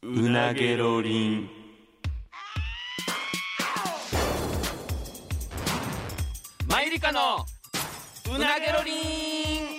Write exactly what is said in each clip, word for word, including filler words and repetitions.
うなげろりん。マユリカのうなげろりん。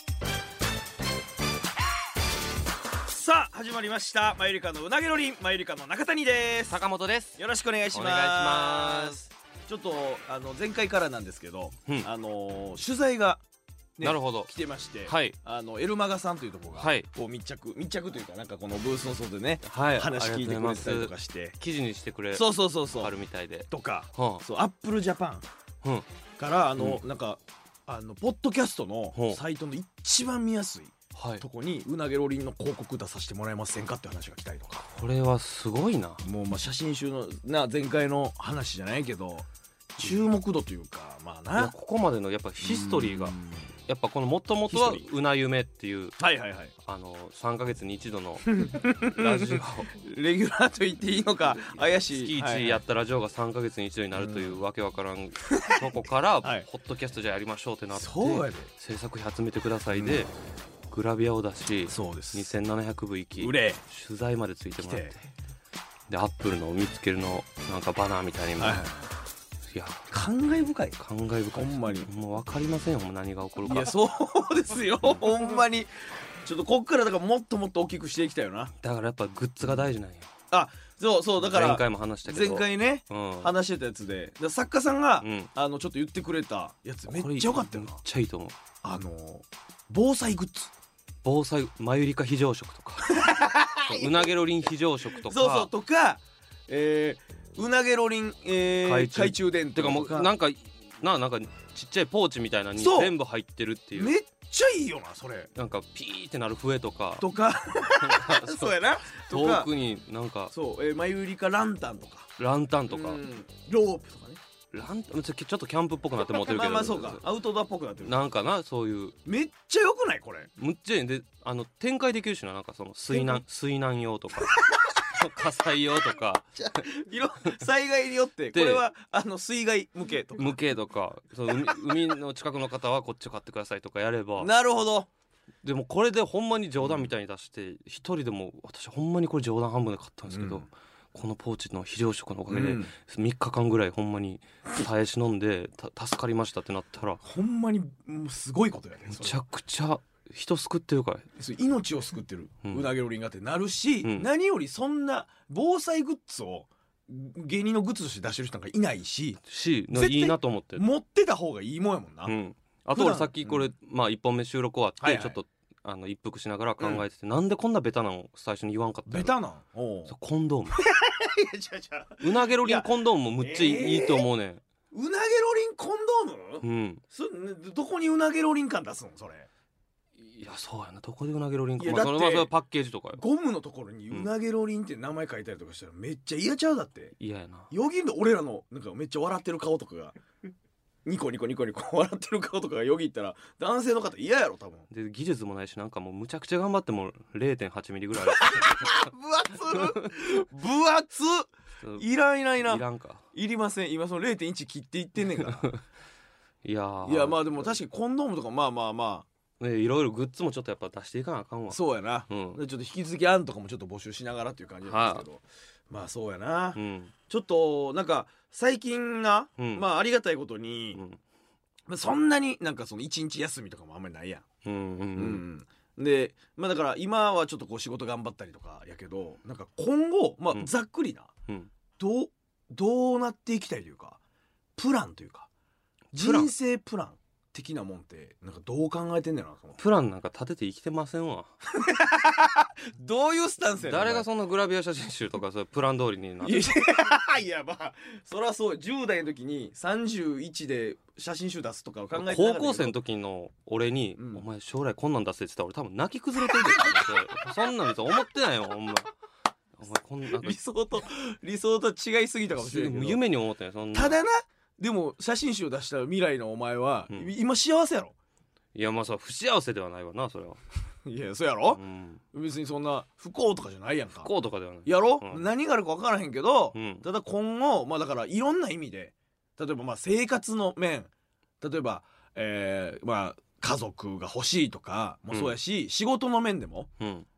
さあ始まりました、マユリカのうなげろりん。マユリカの中谷です。 坂本です。 よろしくお願いします。 お願いします。 ちょっとあの前回からなんですけど、 うん、 あのー、取材が、ね、 なるほど来てまして、 はい、 あのエルマガさんというところが、 はい、 こう密着密着というか、なんかこのブースの外でね、 はい、 話聞いてくれてたりとかして記事にしてくれそうそうそうそうあるみたいでとか、 はあ、 そうアップルジャパンからあの、うん、なんかあのポッドキャストのサイトの一番見やすいはい、 とこにうなげろりんの広告出させてもらえませんかって話が来たりとか。 これはすごいな。 もうまあ写真集のな前回の話じゃないけど注目度というか、まあな、 ここまでのやっぱヒストリーがやっぱこのもともとはうな夢っていう、 はいはいはい、 あのさんかげつに一度のラジオレギュラーと言っていいのか怪しい月いちやったラジオがさんかげつに一度になるというわけわからんとこから、はい、ポッドキャストじゃやりましょうってなって、 そうやで制作費集めてくださいで、うん、グラビアを出し、 そうです、 にせんななひゃくぶ行き、 売れ取材までついてもらって、でアップルの見つけるのなんかバナーみたいにも、はいはい、いや感慨深い感慨深い、 ほんまにもう分かりませんよ、もう何が起こるか。 いやそうですよほんまにちょっとこっからだからもっともっと大きくしていきたいよな。 だからやっぱグッズが大事なんや。 あ、そうそう、だから前回も話したけど前回ね、うん、話してたやつで作家さんが、うん、あのちょっと言ってくれたやつめっちゃよかったよな。 めっちゃいいと思う。 あの防災グッズ、 防災マユリカ非常食とかうなげろりん非常食とか、 そうそうとか、えー、うなげろりん、えー、懐中懐中電灯とか、 てかもうなんかななんかちっちゃいポーチみたいなのに全部入ってるっていう。 めっちゃいいよなそれ。なんかピーってなる笛とかとかそうやな、 遠くになんかそう、えー、マユリカランタンとかランタンとか、うん、 ロープとかね。 ランタンちょっとキャンプっぽくなって持ってるけどまあまあそうか、アウトドアっぽくなってるなんかな、そういうめっちゃよくないこれ。 むっちゃいいで、あの展開できるしな、なんかその水難水難用とか火災用とか災害によってこれはあの水害向けとか向けとか、その 海, 海の近くの方はこっち買ってくださいとかやればなるほど。 でもこれでほんまに冗談みたいに出して一、うん、人でも私ほんまにこれ冗談半分で買ったんですけど、うん、このポーチの非常食のおかげでみっかかんぐらいほんまに耐え忍んで助かりましたってなったらほんまにもうすごいことやね。 めちゃくちゃ人救ってるから、 命を救ってる、うん、うなげろりんがってなるし、うん、何よりそんな防災グッズを芸人のグッズとして出してる人なんかいないししいいなと思って持ってた方がいいもんやもんな、 うん、あと俺さっきこれ、うん、まあいっぽんめ収録終わって、はいはい、ちょっとあの一服しながら考えてて、うん、なんでこんなベタなの最初に言わんかったの。 ベタなんおうコンドームいやちゃちゃうなげろりんコンドームもむっちゃいい、えー、いいと思うねん。 うなげろりんコンドーム、 うん、 そどこにうなげろりん感出すのそれ。 いやそうやな、どこでうなげろりんか、まあ、それはそれパッケージとかよ。 ゴムのところにうなげろりんって名前書いたりとかしたらめっちゃ嫌ちゃう。だって嫌やな。 よぎんで俺らのなんかめっちゃ笑ってる顔とかがニコニコニコニコ笑ってる顔とかがよぎったら男性の方嫌やろ多分。 で技術もないしなんかもうむちゃくちゃ頑張っても れいてんはちミリぐらい分厚分厚いらんいらんいらんいらんかいりません。今その れいてんいち 切っていってんねんからいやいやまあでも確かにコンドームとかまあまあまあね、いろいろグッズもちょっとやっぱ出していかなあかんわ。 そうやな、うん、でちょっと引き続き案とかもちょっと募集しながらっていう感じなんですけど、はあ、まあそうやな、うん、ちょっとなんか最近な、うん、まあありがたいことに、うん、そんなになんかその一日休みとかもあんまりないやん、うんうんうんうん、でまあだから今はちょっとこう仕事頑張ったりとかやけどなんか今後まあざっくりな、うん、どうどうなっていきたいというかプランというか人生プラン的なもんってなんかどう考えてんねんな。 プランなんか立てて生きてませんわどういうスタンスやねん。 誰がそんなグラビア写真集とかそプラン通りになっていやまあそりゃそう。じゅう代の時にさんじゅういちで写真集出すとかを考えてなかったけど高校生の時の俺に、うん、お前将来こんなん出せって言ったら俺多分泣き崩れてるでそんなん別に思ってないよほんま。お前こんなん理想と理想と違いすぎたかもしれないけど夢に思ってないそんな。 ただなでも写真集出した未来のお前は、うん、今幸せやろ。 いやまあさ不幸せではないわなそれは。 いやそうやろ、うん、別にそんな不幸とかじゃないやんか。 不幸とかではないやろ、うん、何があるか分からへんけど、うん、ただ今後まあだからいろんな意味で例えばまあ生活の面例えば、えー、まあ家族が欲しいとかもそうやし、うん、仕事の面でも、うん、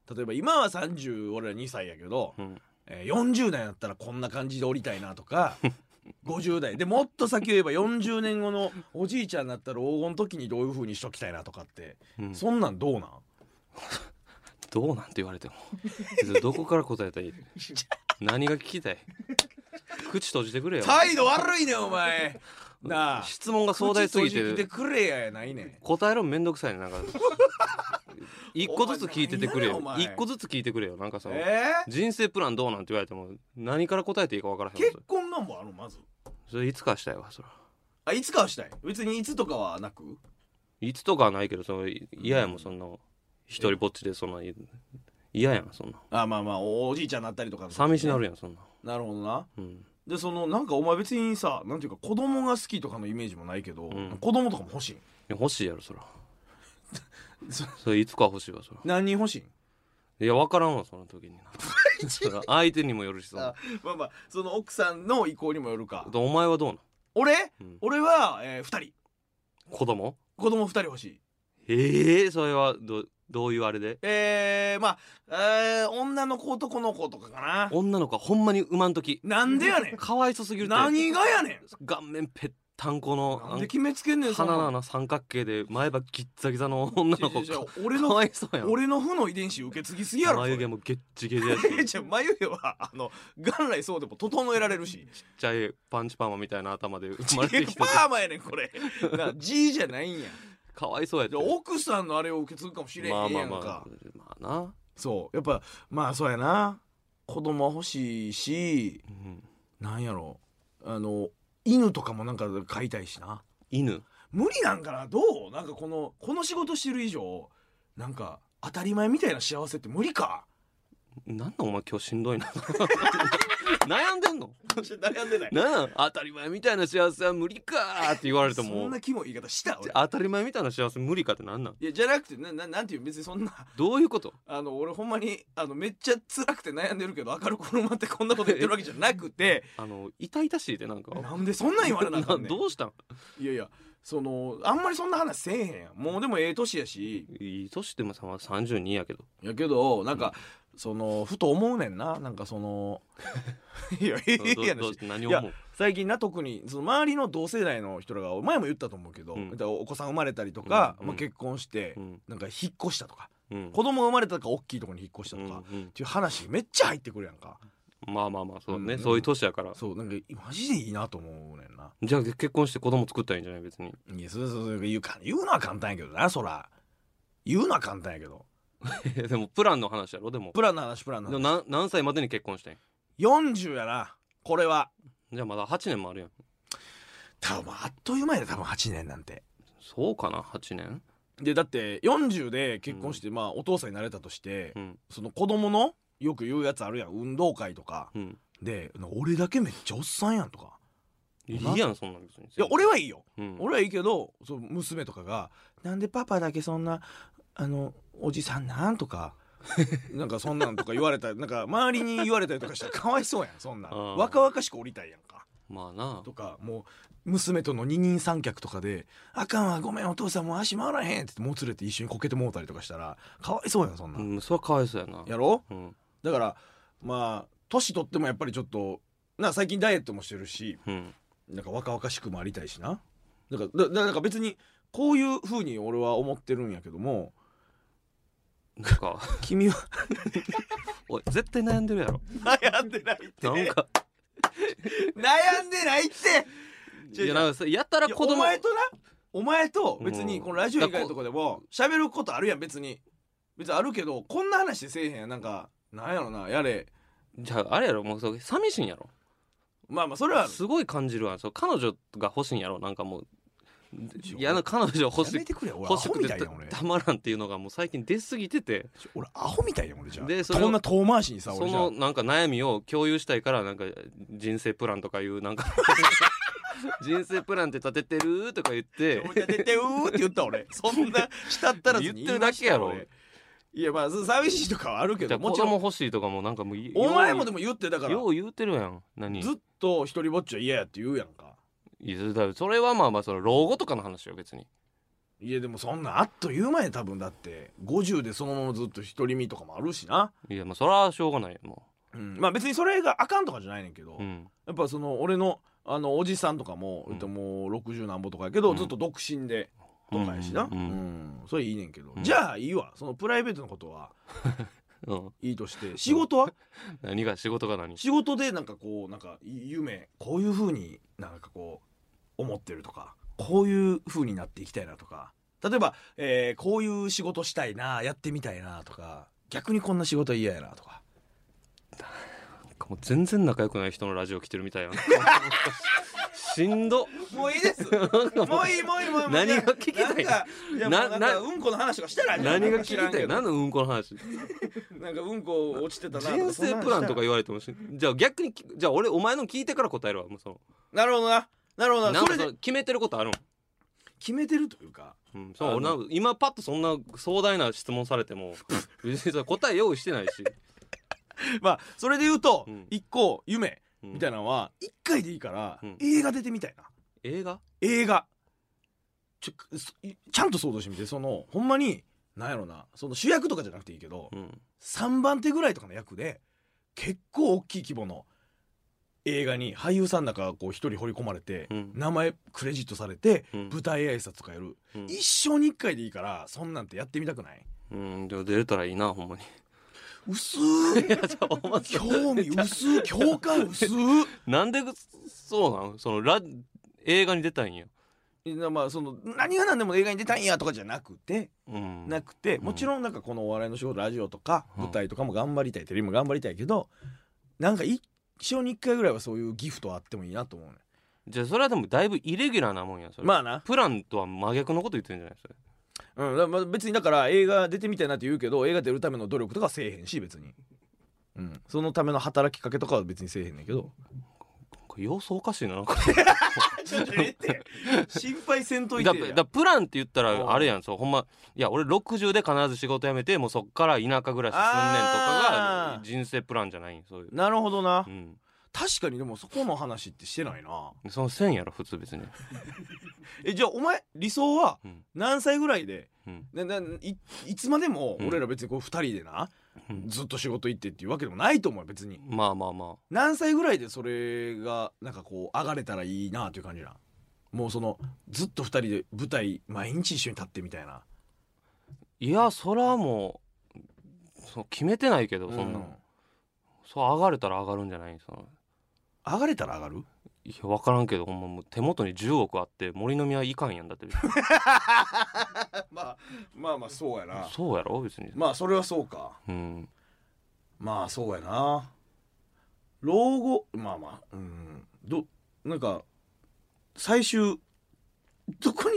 例えば今はさんじゅう俺らにさいやけど、うんえー、よんじゅう代になったらこんな感じで降りたいなとかごじゅう代でもっと先を言えばよんじゅうねんごのおじいちゃんになったら黄金の時にどういう風にしときたいなとかって、うん、そんなんどうなんどうなんて言われてもどこから答えたらいい何が聞きたい口閉じてくれよ態度悪いねお前なあ質問が壮大すぎて口閉じてくれややないね答えるのめんどくさいねなんか一個ずつ聞いててくれよ一個ずつ聞いてくれよなんかその、えー、人生プランどうなんて言われても何から答えていいか分からへん結婚願望あるまずそれいつかしたいわそれあいつかはしたい別にいつとかはなくいつとかはないけどその嫌やもんそんな一人ぼっちでそんな嫌やんそんなあまあまあおじいちゃんになったりとか、ね、 寂しなるやんそんななるほどな、うん、でそのなんかお前別にさなんていうか子供が好きとかのイメージもないけど、うん、子供とかも欲しいん欲しいやろそらそれいつか欲しいわそら何人欲しいんいや分からんわその時にな相手にもよるしさまあまあその奥さんの意向にもよるかお前はどうなん俺、うん、俺は、えー、ふたり子供子供ふたり欲しいええー、それはどどういうあれでえー、まあ、えー、女の子男の子とかかな女の子ほんまに産まんときなんでやねんかわいそすぎるって何がやねん顔面ぺったんこのなんで決めつけんねん鼻の穴三角形で前歯ギッザギザの女の子俺のかわいそうやん俺の負の遺伝子受け継ぎすぎやろ眉毛もゲッチゲチやし眉毛はあの元来そうでも整えられるしちっちゃいパンチパーマみたいな頭で生まれてきてパーマやねんこれな G じゃないんやかわいそうやって奥さんのあれを受け継ぐかもしれへんやんかまあまあまあ、まあなそうやっぱまあそうやな子供欲しいし、うん、なんやろあの犬とかもなんか飼いたいしな犬無理なんかなどうなんかこのこの仕事してる以上なんか当たり前みたいな幸せって無理かなんなんお前今日しんどいな悩んでんの悩んでないなん当たり前みたいな幸せは無理かって言われてもそんなキモい言い方した俺当たり前みたいな幸せ無理かってなんなんいやじゃなくてなななんていう別にそんなどういうことあの俺ほんまにあのめっちゃ辛くて悩んでるけど明るく転まってこんなこと言ってるわけじゃなくてあの痛々しいでなんかなんでそんなん言われなあかんねんどうしたんいやいやそのあんまりそんな話せえへんやんもうでもええ年やしいい年でもささんじゅうにやけどやけどなんか、うんそのふと思うねんななんかそのいやいやいや何を思う最近な特にその周りの同世代の人らが前も言ったと思うけど、うん、お子さん生まれたりとか、うんまあ、結婚して、うん、なんか引っ越したとか、うん、子供生まれたとか大きいところに引っ越したとか、うんうん、っていう話めっちゃ入ってくるやんかまあまあまあそうね、うん、そういう年やからそうなんかマジでいいなと思うねんなじゃあ結婚して子供作ったらいいんじゃない別にいやそうそうそう言うか言うのは簡単やけどなそら言うのは簡単やけどでもプランの話やろでもプランの話プランの話でも何歳までに結婚してんよんじゅうやなこれはじゃあまだはちねんもあるやん多分あっという間やで多分はちねんなんてそうかなはちねんでだってよんじゅうで結婚して、うん、まあお父さんになれたとして、うん、その子供のよく言うやつあるやん運動会とか、うん、で俺だけめっちゃおっさんやんとかいいやんそんな別にいや俺はいいよ、うん、俺はいいけどその娘とかがなんでパパだけそんなあのおじさんなんとかなんかそんなんとか言われたりなんか周りに言われたりとかしたらかわいそうやんそんな若々しく降りたいやんかまあなとかもう娘との二人三脚とかであかんわごめんお父さんもう足回らへんってもつれて一緒にこけてもうたりとかしたらかわいそうやんそんな、 うん、それはかわいそうやなやろ、うん、だからまあ年取ってもやっぱりちょっとな最近ダイエットもしてるし、うん、なんか若々しくもありたいしなだからだなんか別にこういう風に俺は思ってるんやけどもなんか君はおい絶対悩んでるやろ悩んでないってなんか悩んでないっていやなんかやったら子供お前となお前と別にこのラジオ以外のとこでも喋ることあるやん別に別にあるけどこんな話せえへんやんなんかなんやろなやれじゃああれやろもうそ寂しいんやろまあまあそれはすごい感じるわそう彼女が欲しいんやろなんかもういや彼女欲しくて欲しくてたまらんっていうのがもう最近出過ぎてて俺アホみたいやん俺じゃあでそこんな遠回しにさそのなんか悩みを共有したいからなんか人生プランとかいうなんか人生プランって立ててるとか言って立ててるって言った俺そんなしたったらずに言ってるだけやろいやまあ寂しいとかはあるけどもちろん子供欲しいとかもなんかもうお前もでも言ってだからよう言うてるやん何ずっと一人ぼっちは嫌やって言うやんかいやだそれはまあまあその老後とかの話よ別にいやでもそんなあっという間や多分だってごじゅうでそのままずっと独り身とかもあるしな。 いやまあそれはしょうがないよもう、うん、まあ別にそれがあかんとかじゃないねんけど、 うん、 やっぱその俺のあのおじさんとかも、うん、もうろくじゅうなんぼとかやけど、うん、ずっと独身でとかやしな、うんうんうん、それいいねんけど、うん、じゃあいいわそのプライベートのことはうん、いいとして仕事は何が仕事が何仕事でなんかこうなんか夢こういう風になんかこう思ってるとかこういう風になっていきたいなとか例えば、えー、こういう仕事したいなやってみたいなとか逆にこんな仕事嫌やなとかもう全然仲良くない人のラジオ来てるみたいやなしんどもういいですもういいもういいもういい何が聞きたいななんかうんこの話とかしたら何が聞きたい何のうんこの話なんかうんこ落ちてたな人生プランとか言われてもしじゃあ逆にじゃあ俺お前の聞いてから答えるわもうそのなるほどななるほどななんかそれ決めてることあるん決めてるというか、 うん、そうなんか今パッとそんな壮大な質問されても別に答え用意してないしまあそれで言うと一、うん、個夢みたいなのは一回でいいから、うん、映画出てみたいな。 映画映画ちょちゃんと想像してみてそのほんまになんやろなその主役とかじゃなくていいけど、うん、さんばん手ぐらいとかの役で結構大きい規模の映画に俳優さんなんかこう一人掘り込まれて、うん、名前クレジットされて、うん、舞台挨拶とかやる、うん、一生に一回でいいからそんなんてやってみたくない？ うんでも出れたらいいなほんまに薄ー興味薄ー共感薄ーなんでそうなんそのラ映画に出たいんやまあその何が何でも映画に出たいんやとかじゃなくて、うん、なくてもちろんなんかこのお笑いの仕事ラジオとか舞台とかも頑張りたい、うん、テレビも頑張りたいけどなんか一生に一回ぐらいはそういうギフトあってもいいなと思うね。 じゃあそれはでもだいぶイレギュラーなもんやそれまあなプランとは真逆のこと言ってるんじゃないですか。 うん、まあ、別にだから映画出てみたいなって言うけど映画出るための努力とかせえへんし別に、うん、そのための働きかけとかは別にせえへんねんけど様子おかしいななんかちょっとえって心配せんといてだだプランって言ったらあれやんそうほんまいや俺ろくじゅうで必ず仕事辞めてもうそっから田舎暮らしすんねんとかが人生プランじゃないんそういうなるほどな、うん、確かにでもそこの話ってしてないなそのせんやろ普通別にえじゃあお前理想は何歳ぐらいで、うん、なないいつまでも俺ら別にこうふたりでな、うん、ずっと仕事行ってっていうわけでもないと思うよ別に。 まあまあまあ何歳ぐらいでそれがなんかこう上がれたらいいなっていう感じな。もうそのずっとふたりで舞台毎日一緒に立ってみたいな。 いやそれはもうそう決めてないけどそんな、うん、そう上がれたら上がるんじゃないその上がれたら上がるいや分からんけどほんまもう手元にじゅうおくあって森の宮いかんやんだってまあまあまあそうやなそうやろ別にまあそれはそうかうんまあそうやな老後まあまあうんどなんか最終どこに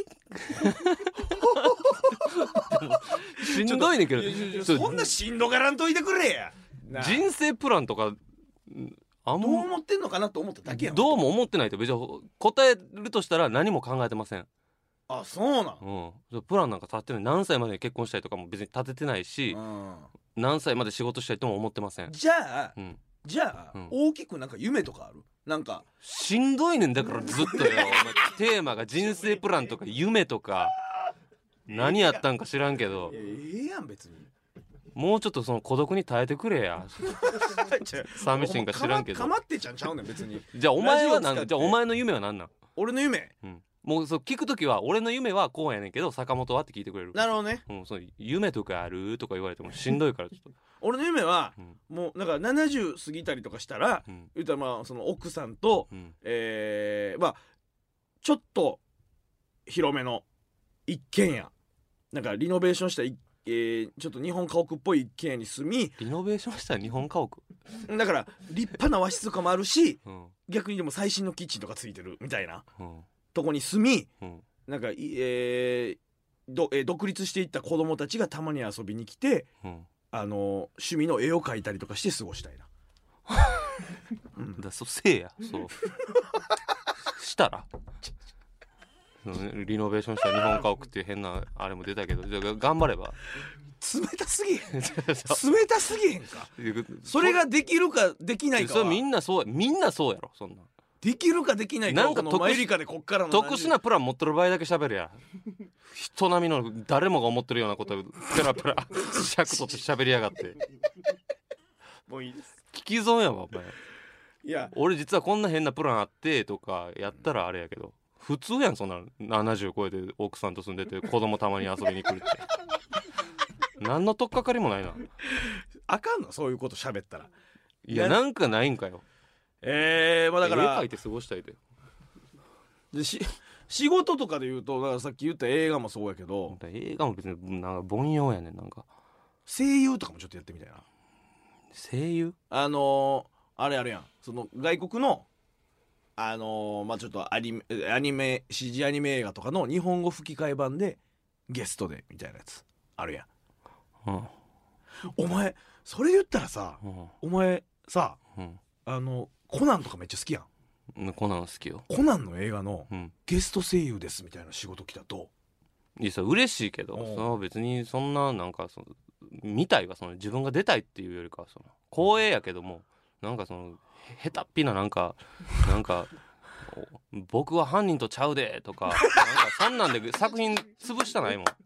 しんどいねんけどそんなしんどがらんといてくれや人生プランとかあんどう思ってんのかなと思っただけやんどうも思ってないと別に答えるとしたら何も考えてません。 あそうなん、 うん、プランなんか立ってない何歳までに結婚したいとかも別に立ててないし、うん、何歳まで仕事したいとも思ってません。 じゃあ、うん、じゃあ、うん、大きくなんか夢とかあるなんかしんどいねんだからずっとよテーマが人生プランとか夢とか何やったんか知らんけどええやん別にもうちょっとその孤独に耐えてくれや寂しいんか知らんけどかまってちゃんちゃうねん別にじゃあお前は何じゃあお前の夢は何なん俺の夢、 うん、もうそう聞くときは俺の夢はこうやねんけど坂本はって聞いてくれる。 なるほどね、 うん、そう夢とかあるとか言われてもしんどいからちょっと俺の夢は、うん、もうなんかななじゅう過ぎたりとかしたら、うん、言うたらまあその奥さんと、うん、えー、まあちょっと広めの一軒家なんかリノベーションした一えー、ちょっと日本家屋っぽい一軒家に住みリノベーションしたら日本家屋だから立派な和室とかもあるし、うん、逆にでも最新のキッチンとかついてるみたいな、うん、とこに住み、うん、なんか、えーどえー、独立していった子供たちがたまに遊びに来て、うん、あの趣味の絵を描いたりとかして過ごしたいな、 うん、だそうせいやそうしたらリノベーションした日本家屋っていう変なあれも出たけどじゃあ頑張れば冷たすぎへん冷たすぎへんかそれができるかできないかはそれみんなそうみんなそうやろそんなできるかできないかなんか特殊なプラン持ってる場合だけ喋るや人並みの誰もが思ってるようなことをペラペラ尺取って喋りやがってもういいです、 聞き損やわお前。 いや俺実はこんな変なプランあってとかやったらあれやけど、普通やんそんなななじゅう超えて奥さんと住んでて子供たまに遊びに来るって何の取っかかりもないな。 あかんのそういうこと喋ったら。 いやなんかないんかよ。 えー、まあだから絵描いて過ごしたいで。 でし仕事とかで言うとだからさっき言った映画もそうやけど、 映画も別になんか凡庸やねん。なんか声優とかもちょっとやってみたいな。 声優あのー、あれあるやん、その外国のあのー、まあちょっとアニメアニメ シージー アニメ映画とかの日本語吹き替え版でゲストでみたいなやつあるやん、うん、お前それ言ったらさ、うん、お前さ、うん、あのコナンとかめっちゃ好きやん。 コナン好きよ。 コナンの映画のゲスト声優ですみたいな仕事来たと、 いやそれ嬉しいけど、その別にそんななんかその見たいはその自分が出たいっていうよりかはその光栄やけども、なんかその下手っぴななんかなんか僕は犯人とちゃうでとかなんかそんなんで作品潰したないもん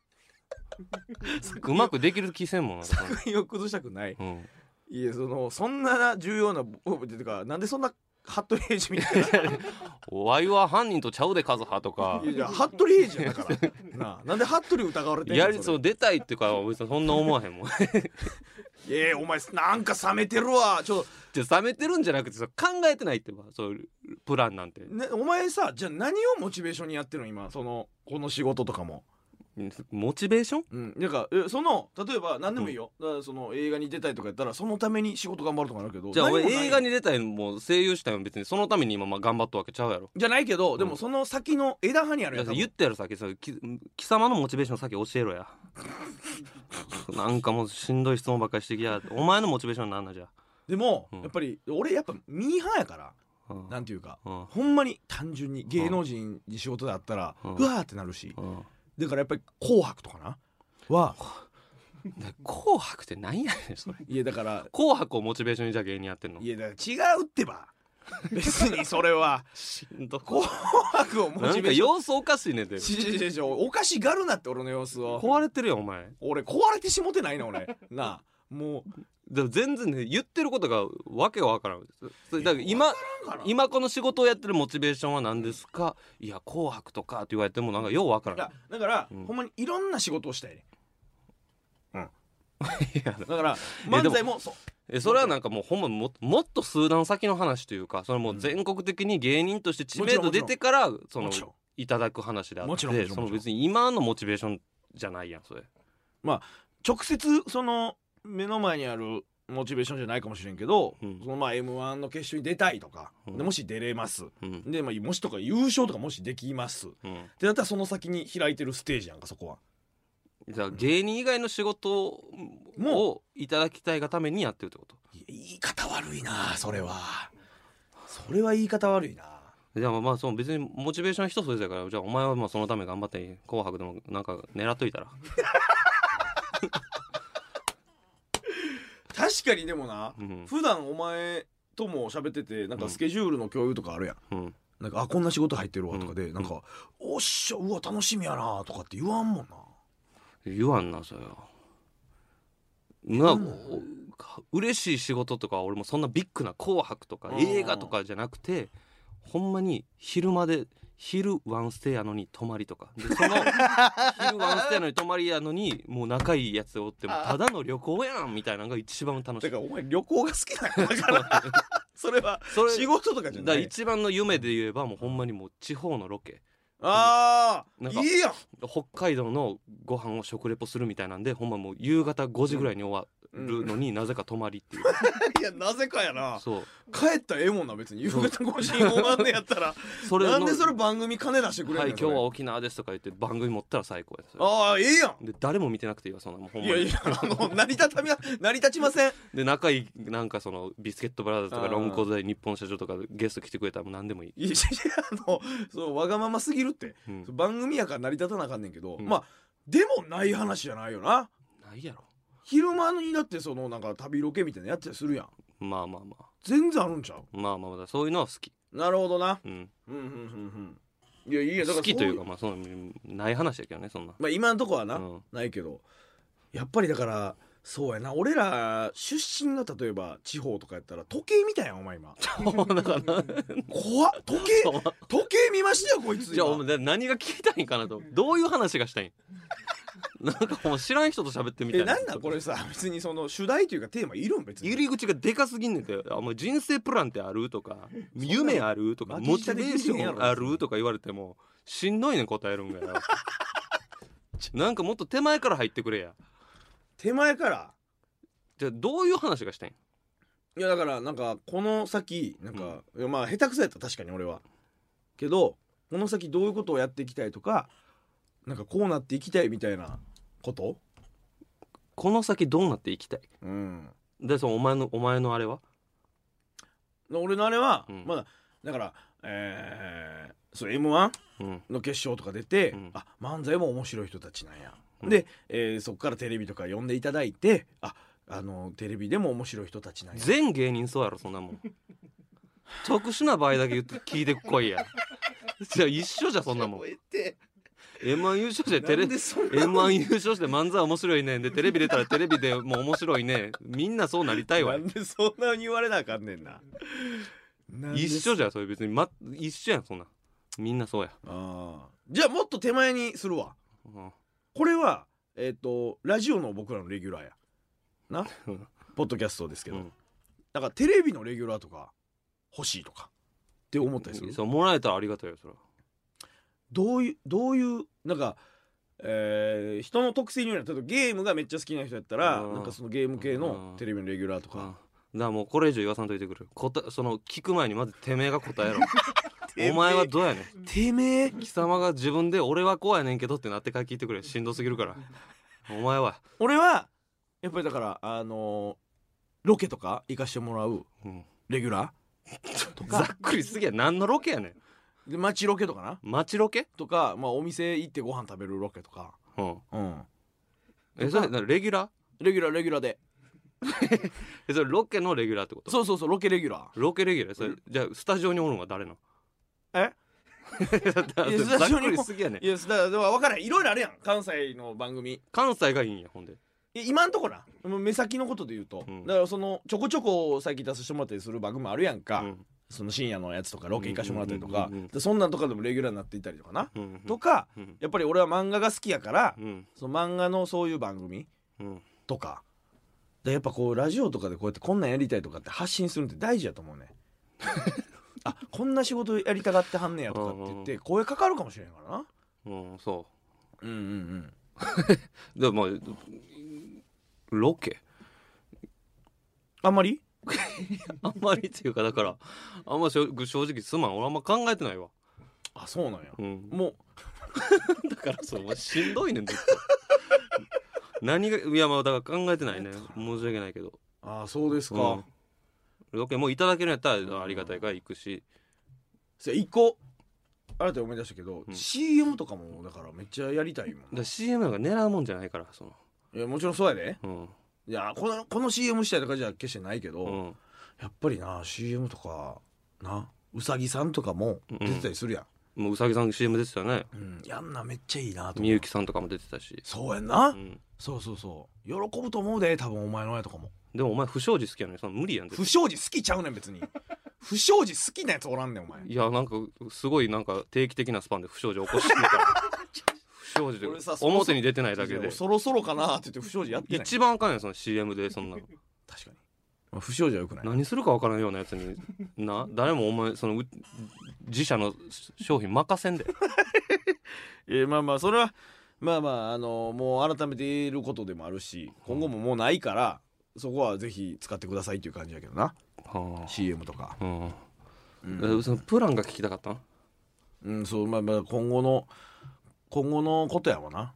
うまくできる気せんもん。 作品を崩したくない、うん、いやそのそんな重要なっていうかなんでそんな服部平次みたいなワイは犯人とちゃうでカズハとか。 いやいや服部平次やだからなあ、なんで服部疑われてんの。 やりそう出たいっていうかそんな思わへんもんいやお前なんか冷めてるわ。ちょっと冷めてるんじゃなくて考えてないってばそういうプランなんて、 ね、お前さじゃあ何をモチベーションにやってるの今そのこの仕事とかも。 モチベーション、 うん、なんかその例えば何でもいいよ、うん、だからその映画に出たいとかやったらそのために仕事頑張るとかなるけど、 じゃあ俺映画に出たいもう声優したいも別にそのために今まあ頑張ったわけちゃうやろ。 じゃないけど、うん、でもその先の枝葉にあるやつ言ってやる先さ貴様のモチベーション先教えろやなんかもうしんどい質問ばっかりしてきやお前のモチベーションなんなんじゃ。 でも、うん、やっぱり俺やっぱミーハーやから、うん、なんていうか、うん、ほんまに単純に芸能人に仕事であったら、うん、うわーってなるし、うんだからやっぱり紅白とかなは紅白って何やねんそれ。 いやだから紅白をモチベーションにじゃあ芸人やってんの。 いやだから違うってば別にそれはしんど紅白をモチベーションなんか様子おかしいねんで。 おかしがるなって俺の様子を。 壊れてるよお前。 俺壊れてしもてないな俺なあもうでも全然ね言ってることがわけがわからん。だから今今この仕事をやってるモチベーションは何ですか。いや紅白とかって言われてもなんかようわからん。 だから、うん、ほんまにいろんな仕事をしたいね。うんいやだから漫才もそうえそれはなんかもうほんま も, もっと数段先の話というかそれもう全国的に芸人として知名度出てからそのいただく話であってその別に今のモチベーションじゃないやんそれ。 まあ直接その目の前にあるモチベーションじゃないかもしれんけど、うん、そのまあ エムワン の決勝に出たいとか、うん、でもし出れます、うん、で、まあ、もしとか優勝とかもしできます、うん、ってなったらその先に開いてるステージやんかそこは。 じゃあ芸人以外の仕事をいただきたいがためにやってるってこと。 言い方悪いなそれは。それは言い方悪いな。 じゃあまあその別にモチベーションは人それぞれだからじゃあお前はまあそのため頑張って紅白でもなんか狙っといたら確かにでもな、うん、普段お前とも喋っててなんかスケジュールの共有とかあるやん、うん、なんかあこんな仕事入ってるわとかで、うん、なんか、うん、おっしゃうわ楽しみやなとかって言わんもんな。 言わんなそれは。まあ嬉しい仕事とか俺もそんなビッグな紅白とか映画とかじゃなくてほんまに昼まで昼ワンステやのに泊まりとかでその昼ワンステやのに泊まりやのにもう仲いいやつおってもただの旅行やんみたいなのが一番楽しい。 だからお前旅行が好きなんだからそれは仕事とかじゃない。だから一番の夢で言えばもうほんまにもう地方のロケ。 ああいいやん。 北海道のご飯を食レポするみたいなんでほんまもう夕方ごじぐらいに終わるのに、うん、なぜか泊まりっていういやなぜかやな。 そう帰ったらええもんな別に夕方ごじに終わんねやったらそれなんでそれ番組金出してくれんねん。 はい今日は沖縄ですとか言って番組持ったら最高や。 ああええやん。 で誰も見てなくていいわそんなもんほんまに。 いやいやあの成り立たみは成り立ちません。 で仲いいなんかそのビスケットブラザーズとかロンコで日本社長とかゲスト来てくれたらもう何でもいい。 いやいやあのそうわがまますぎるって、うん、番組やから成り立たなあかんねんけど、うん、まあでもない話じゃないよな。 ないやろ。 昼間にだってそのなんか旅ロケみたいなやつやするやん。 まあまあまあ全然あるんちゃう。 まあまあまあそういうのは好き。 なるほどな。 うんうんうんうんうん。 いやいやだから好きというかまあそのない話だけどねそんな、 まあ、今のとこはな、 うん、 ないけどやっぱりだからそうやな俺ら出身が例えば地方とかやったら時計みたいやんお前今だから怖っ時計時計見ましたよこいつじゃあお前何が聞きたいんかなとどういう話がしたいんなんかもう知らん人と喋ってみたいな。 えなんだこれさ別にその主題というかテーマいるん別に入り口がでかすぎんねんて。あもう人生プランってあるとか夢あるとかモチベーションあるとか言われてもしんどいねん答えるんがよなんかもっと手前から入ってくれや。 手前からじゃあどういう話がしたいん。 いやだからなんかこの先なんか、うん、いやまあ下手くそやった確かに俺はけどこの先どういうことをやっていきたいとかなんかこうなっていきたいみたいなことこの先どうなっていきたい、 うん、 でそのお前のお前のあれは俺のあれは、 うん、 まだだからえー、そう エムワン の決勝とか出て、うん、あ漫才も面白い人たちなんや、うん、で、えー、そっからテレビとか呼んでいただいてああのテレビでも面白い人たちなんや。 全芸人そうやろそんなもん特殊な場合だけ言って聞いてこいやじゃあ一緒じゃそんなもんエムワン 優勝してテレビ エムワン 優勝して漫才面白いねんでテレビ出たらテレビでもう面白いねみんなそうなりたいわ。 なんでそんなに言われなあかんねんな一緒じゃそれ別に、ま、一緒やんそんなみんなそうや。 あじゃあもっと手前にするわ、うん、これはえっ、ー、とラジオの僕らのレギュラーやなポッドキャストですけど、うん、だからテレビのレギュラーとか欲しいとかって思ったりする。 そうもらえたらありがたいよそれは。 どういうどういうなんか、えー、人の特性による例えばゲームがめっちゃ好きな人やったらなんかそのゲーム系のテレビのレギュラーとか。 だからもうこれ以上言わさんといてくれ。こたその聞く前にまずてめえが答えろお前はどうやねん。 てめえ貴様が自分で俺はこうやねんけどってなってから聞いてくれ。しんどすぎるからお前は。 俺はやっぱりだからあのー、ロケとか行かしてもらうレギュラーとかざっくりすぎや。何のロケやねん。 で街ロケとかな街ロケとか、まあ、お店行ってご飯食べるロケとか、うんうん、 えそれレギュラーレギュラーレギュラーでえそれロケのレギュラーってこと。 そうそうそうロケレギュラーロケレギュラーそれ、うん、じゃあスタジオにおるのは誰のえいやざっくりすぎやねん。 いやだから分からへんいろいろあるやん関西の番組。 関西がいいんやほんで今んとこな目先のことで言うと、うん、だからそのちょこちょこ最近出させてもらったりする番組もあるやんか、うんその深夜のやつとかロケ行かしてもらったりとか、でそんなんとかでもレギュラーになっていったりとかな、うんうん、とか、うん、やっぱり俺は漫画が好きやから、うん、その漫画のそういう番組、うん、とかでやっぱこうラジオとかでこうやってこんなんやりたいとかって発信するのって大事やと思うねあこんな仕事やりたがってはんねやとかって言って声かかるかもしれんからな。 うんそううんうんうんでもロケあんまりあんまりっていうかだからあんま正直すまん俺あんま考えてないわ。 あそうなんや、 うん、 もうだからそうしんどいねんずっと何がいやまあだから考えてないね申し訳ないけど。 あそうですか、うん、 ロケもういただけるんやったらありがたいから行くし。 それ一個新たに思い出したけど、うん、シーエム とかもだからめっちゃやりたいもん。だから シーエム なんか狙うもんじゃないからそのいやもちろんそうやで、 うん、 いやこのこの シーエム したいとかじゃ決してないけど、うん、やっぱりな シーエム とかなうさぎさんとかも出てたりするやん、 うん、もううさぎさん シーエム 出てたよね、 うん、やんなめっちゃいいなとみゆきさんとかも出てたし。 そうやんな、うん、そうそうそう喜ぶと思うで多分お前の親とかも。 でもお前不祥事好きやねんその無理やん。 不祥事好きちゃうねん別に不祥事好きなやつおらんねんお前。 いやなんかすごいなんか定期的なスパンで不祥事起こしてるから不祥事で表に出てないだけでそろそろかなって言って不祥事やってない。 一番あかんやんその シーエム でそんなの確かに、まあ、不祥事はよくない。 何するか分からんようなやつにな誰もお前その自社の商品任せんでいやまあまあそれはまあまああのもう改めて言えることでもあるし今後ももうないからそこはぜひ使ってくださいっていう感じやけどな、はあ、シーエム とか、うんうん、そのプランが聞きたかったな。 うんそうまあまあ今後の今後のことやわな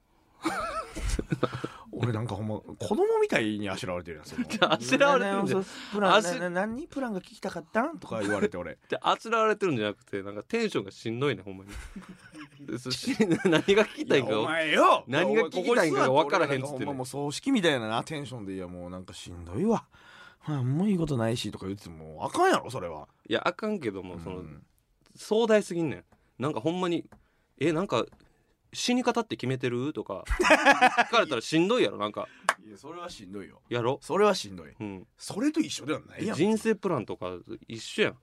俺なんかほんま子供みたいにあしらわれてるやん。そのあしらわれてるんじゃプランなな何プランが聞きたかったんとか言われて俺じゃあしらわれてるんじゃなくてなんかテンションがしんどいねほんまに何が聞きたいんかお前よ何が聞きたいんかが分からへんっつって、ね、 ほんまもう葬式みたいななテンションでいやもうなんかしんどいわもういいことないしとか言ってもあかんやろそれは。 いやあかんけども、うん、その壮大すぎんねんなんかほんまにえなんか死に方って決めてるとか聞かれたらしんどいやろ。なんかいやそれはしんどいよ。 やろそれはしんどい、 うん、 それと一緒ではないやん。 人生プランとか一緒やん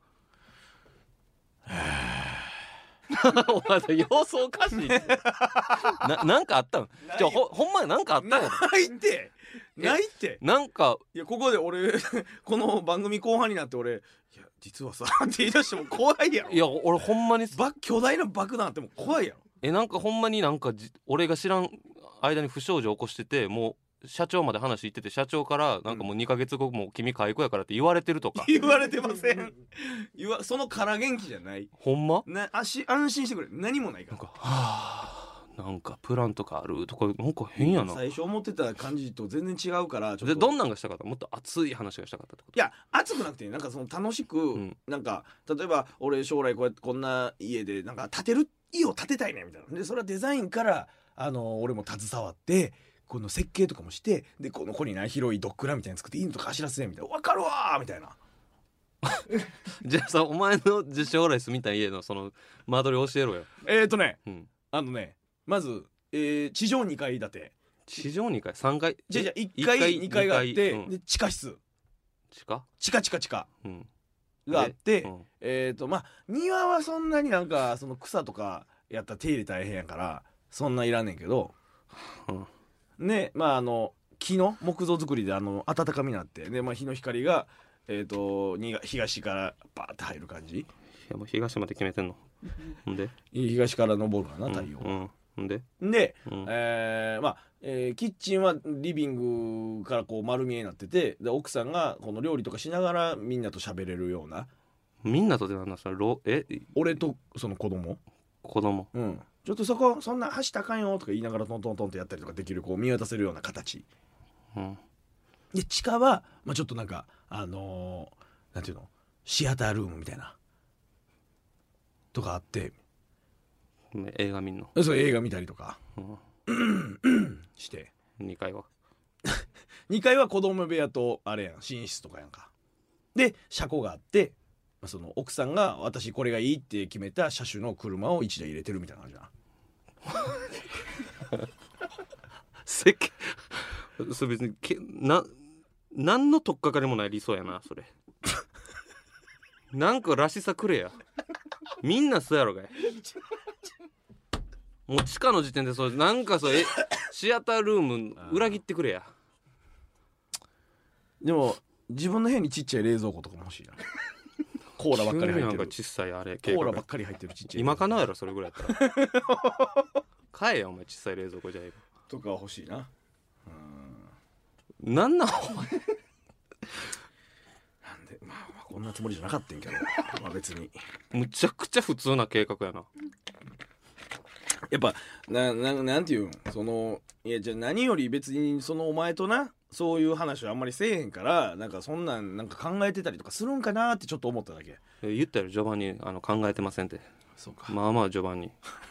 お前様子おかしいな, なんかあったんじゃあ ほ, ほんまになんかあったんやろ。 ないってないってなんかいやここで俺この番組後半になって俺いや実はさって言い出しても怖いやろ。 いや俺ほんまにば巨大な爆弾あっても怖いやろ。 えなんかほんまになんかじ俺が知らん間に不祥事起こしててもう社長まで話行ってて社長からなんかもうにかげつごもう君解雇やからって言われてるとか言われてません言わその空元気じゃないほんまなあし安心してくれ何もないからなんかはあなんかプランとかあるとかなんか変やな。 最初思ってた感じと全然違うからちょっとでどんなんがしたかったもっと熱い話がしたかったってこと。 いや熱くなくてなんかその楽しく、うん、なんか例えば俺将来こうやってこんな家でなんか建てる家を建てたいねみたいなでそれはデザインからあの俺も携わってこの設計とかもしてでこの子にない広いドッグランみたいに作っていいのとか走らせねみたいな分かるわーみたいなじゃあさお前の将来住みたい家のその間取り教えろよ。 えーとね、 うん、 あのねまず、えー、地上にかい建て地上にかいさんがいじゃじゃいっかいにかいがあって、うん、で地下室地下地下地下地下、 うん、 があって、うん、えーとまあ庭はそんなになんかその草とかやったら手入れ大変やからそんないらんねんけど、うん、ねまああの木の木造作りであの暖かみになってで、まあ、日の光が、えーと東からバーって入る感じ。 いやもう東まで決めてんのほんで東から昇るかな太陽、 うんうん、でで、うん、えー、まあ、えー、キッチンはリビングからこう丸見えになっててで奥さんがこの料理とかしながらみんなと喋れるような。 みんなとってなんだそれロえ俺とその子供子供うんちょっとそこそんな走ったらあかんよとか言いながらトントントンってやったりとかできるこう見渡せるような形、うん、で地下は、まあ、ちょっとなんかあのー、なんていうのシアタールームみたいなとかあって映画見んのそう映画見たりとか、うん、してにかいはにかいは子供部屋とあれやん寝室とかやんかで車庫があってその奥さんが私これがいいって決めた車種の車をいちだい入れてるみたいな感じな設計それ別にけな何の取っかかりもない理想やなそれなんからしさくれやみんなそうやろがいもう地下の時点でそれなんかそうえシアタールーム裏切ってくれや。 でも自分の部屋にちっちゃい冷蔵庫とかも欲しいなコーラばっかり入ってるなんか小さいあれコーラばっかり入ってるちっちゃい今かなやろそれぐらいやったら買えやお前小さい冷蔵庫じゃえとか欲しいな。 うんなんなんお前なんで、まあ、まあこんなつもりじゃなかったんけどまあ別にむちゃくちゃ普通な計画やな。 やっぱ な, な, なんていうんそのいやじゃあ何より別にそのお前となそういう話はあんまりせえへんからなんかそんなんなんか考えてたりとかするんかなってちょっと思っただけ。 言ったよ序盤にあの考えてませんって。 そうかまあまあ序盤に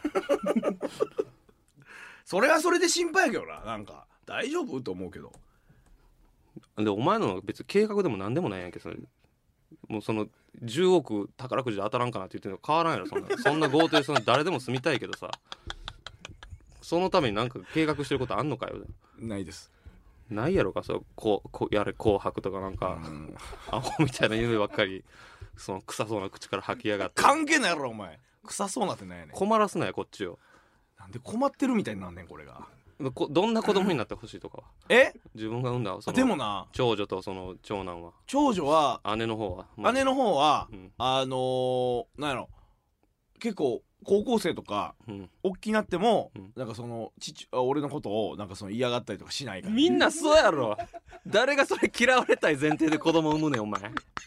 それはそれで心配やけどななんか大丈夫と思うけどでお前の別に計画でも何でもないやんけそれもうそのじゅうおく宝くじで当たらんかなって言ってるの変わらんやろそんなそんな豪邸そんな誰でも住みたいけどさそのためになんか計画してることあんのかよ。 ないですないやろかそうこうこうやれ紅白とかなんかアホみたいな夢ばっかりその臭そうな口から吐きやがって関係ないやろお前臭そうなってなんやねん困らすなよこっちを。 なんで困ってるみたいになんねんこれがこどんな子供になってほしいとかはえ自分が産んだそのでもな長女とその長男は長女は姉の方は、 まあ、姉の方は、うん、あのー、なんやろ結構高校生とか、うん、大きくなっても、うん、なんかその父俺のことをなんかその嫌がったりとかしないからみんなそうやろ誰がそれ嫌われたい前提で子供産むねんお前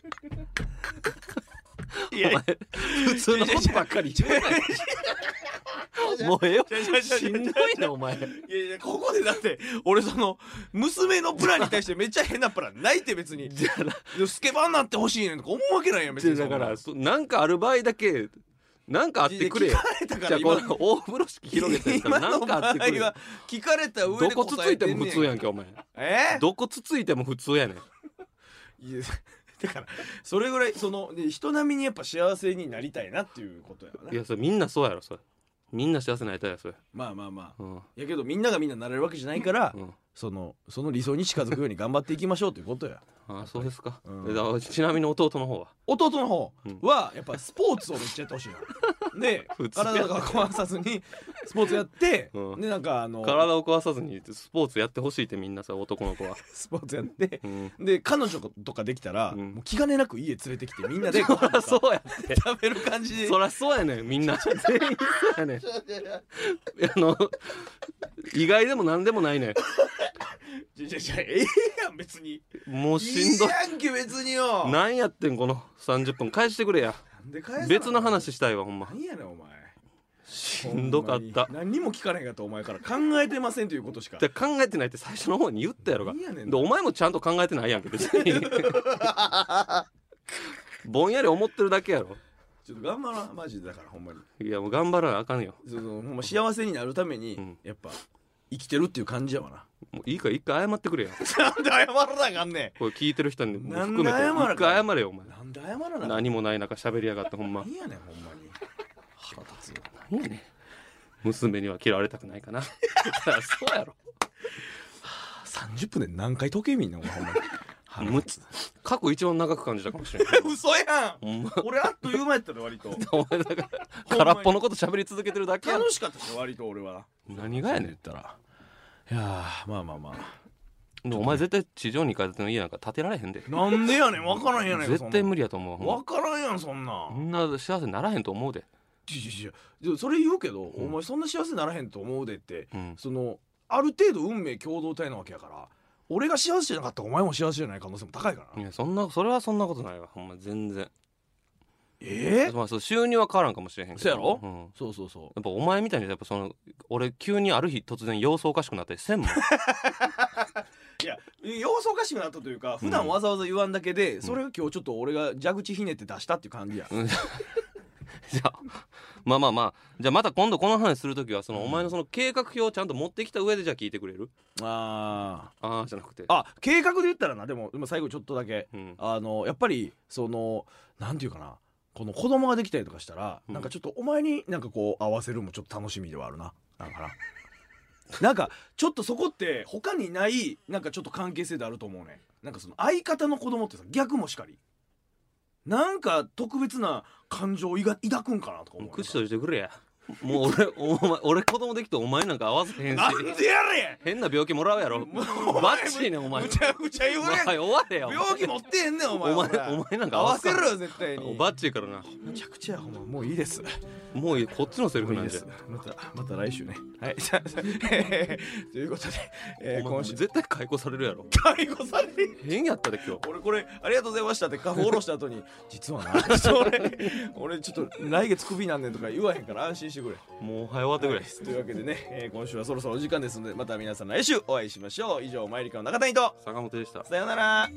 いやお前普通のことばっかり言うなよもうええよしんどいなお前。いやいやここでだって俺その娘のプランに対してめっちゃ変なプランないって別にスケバンなってほしいねんとか思うわけないやん別に。 だからなんかある場合だけなんかあってくれよ。 聞かれたからじゃあこの大風呂敷広げてるからなんかあってくれよ。 聞かれた上でどこつついても普通やんけお前。 えどこつついても普通やねん。 いやだからそれぐらいその人並みにやっぱ幸せになりたいなっていうことやな。 いやそれみんなそうやろそれ。みんな幸せになりたいやそれ。 まあまあまあ、 うん、 やけどみんながみんななれるわけじゃないから、 うん、 そのその理想に近づくように頑張っていきましょうということや。 ああそうですか、 うん、 だちなみに弟の方は弟の方はやっぱスポーツをめっちゃやってほしいなで体とか壊さずにスポーツやって、うん、でなんかあの体を壊さずにスポーツやってほしいってみんなさ男の子はスポーツやって、 うん、 で彼女とかできたら、うん、もう気兼ねなく家連れてきてみんなでそらそうやって食べる感じでそらそうやねんみんな全員そうやねんあの意外でもなんでもないねんじゃじゃじゃええやん別にもうしんどいいいやんけ別によなんやってんこのさんじゅっぷん返してくれや。 なんで返さ別の話したいわほんま。 何やねんお前しんどかった。 何にも聞かないかったお前から考えてませんということしか考えてないって最初の方に言ったやろが。 何やねんでお前もちゃんと考えてないやんけ別にぼんやり思ってるだけやろ。 ちょっと頑張らなマジでだからほんまにいやもう頑張らなあかんよ。 そのほんま幸せになるために、うん、やっぱ生きてるっていう感じやわな。 もういいから一回謝ってくれよなんで謝らなあかんねん。 これ聞いてる人にも含めて一回謝れよお前。 なんで謝らな何もない中喋りやがってほんま。 何やねんほんまに腹立つよ。 何やねん娘には嫌われたくないかなそうやろさんじゅっぷんで何回時計見んのお前ほんまにむつ過去一番長く感じたかもしれない嘘やん、ま、俺あっという間やったら割とお前だから空っぽのこと喋り続けてるだけやん。 楽しかったし割と俺は。 何がやねん言ったらいやまあまあまあでもお前絶対地上にかい建ての家なんか建てられへんで。 なんでやねん分からんやねん。 絶対無理やと思う。 分からんやんそんなそんな幸せにならへんと思うで。 それ言うけど、うん、お前そんな幸せにならへんと思うでって、うん、そのある程度運命共同体なわけやから俺が幸せじゃなかったらお前も幸せじゃない可能性も高いからな。 いやそんなそれはそんなことないわほんま全然。 えーまあ、そう収入は変わらんかもしれへんけどそうやろ、 うん、 そうそうそう。やっぱお前みたいにやっぱその俺急にある日突然様子おかしくなったりせんもんいや様子おかしくなったというか普段わざわざ言わんだけで、うん、それが今日ちょっと俺が蛇口ひねって出したっていう感じや、うん、じゃあまあまあまあじゃあまた今度この話するときはその、うん、お前のその計画表をちゃんと持ってきた上でじゃあ聞いてくれる。 あああじゃなくてあ計画で言ったらなでも最後ちょっとだけ、うん、あのやっぱりそのなんていうかなこの子供ができたりとかしたら、うん、なんかちょっとお前になんかこう合わせるもちょっと楽しみではあるな。なんかななんかちょっとそこって他にないなんかちょっと関係性であると思うね。なんかその相方の子供ってさ逆もしかりなんか特別な感情を抱くんかなとか思う。 口閉じてくれやもう俺お前俺子供できてお前なんか合わせへんしなんでやれ変な病気もらうやろバッチリねお前むちゃくちゃ言われん、 はい、終われよ病気持ってへんねんお前お前お前なんか合わせるよ絶対にバッチリからな。 むちゃくちゃやほんまもういいですもういいこっちのセリフなんでまたまた来週ねはいということで、 えー、今週絶対解雇されるやろ。 解雇される変やったで今日俺これありがとうございましたってカフ下ろした後に実はな俺俺ちょっと来月クビなんねんとか言わへんから安心してくれ。 もう早終わってくれ、 はい、というわけでね、えー、今週はそろそろお時間ですのでまた皆さん来週お会いしましょう。以上マイリカの中谷と坂本でした。 さようなら。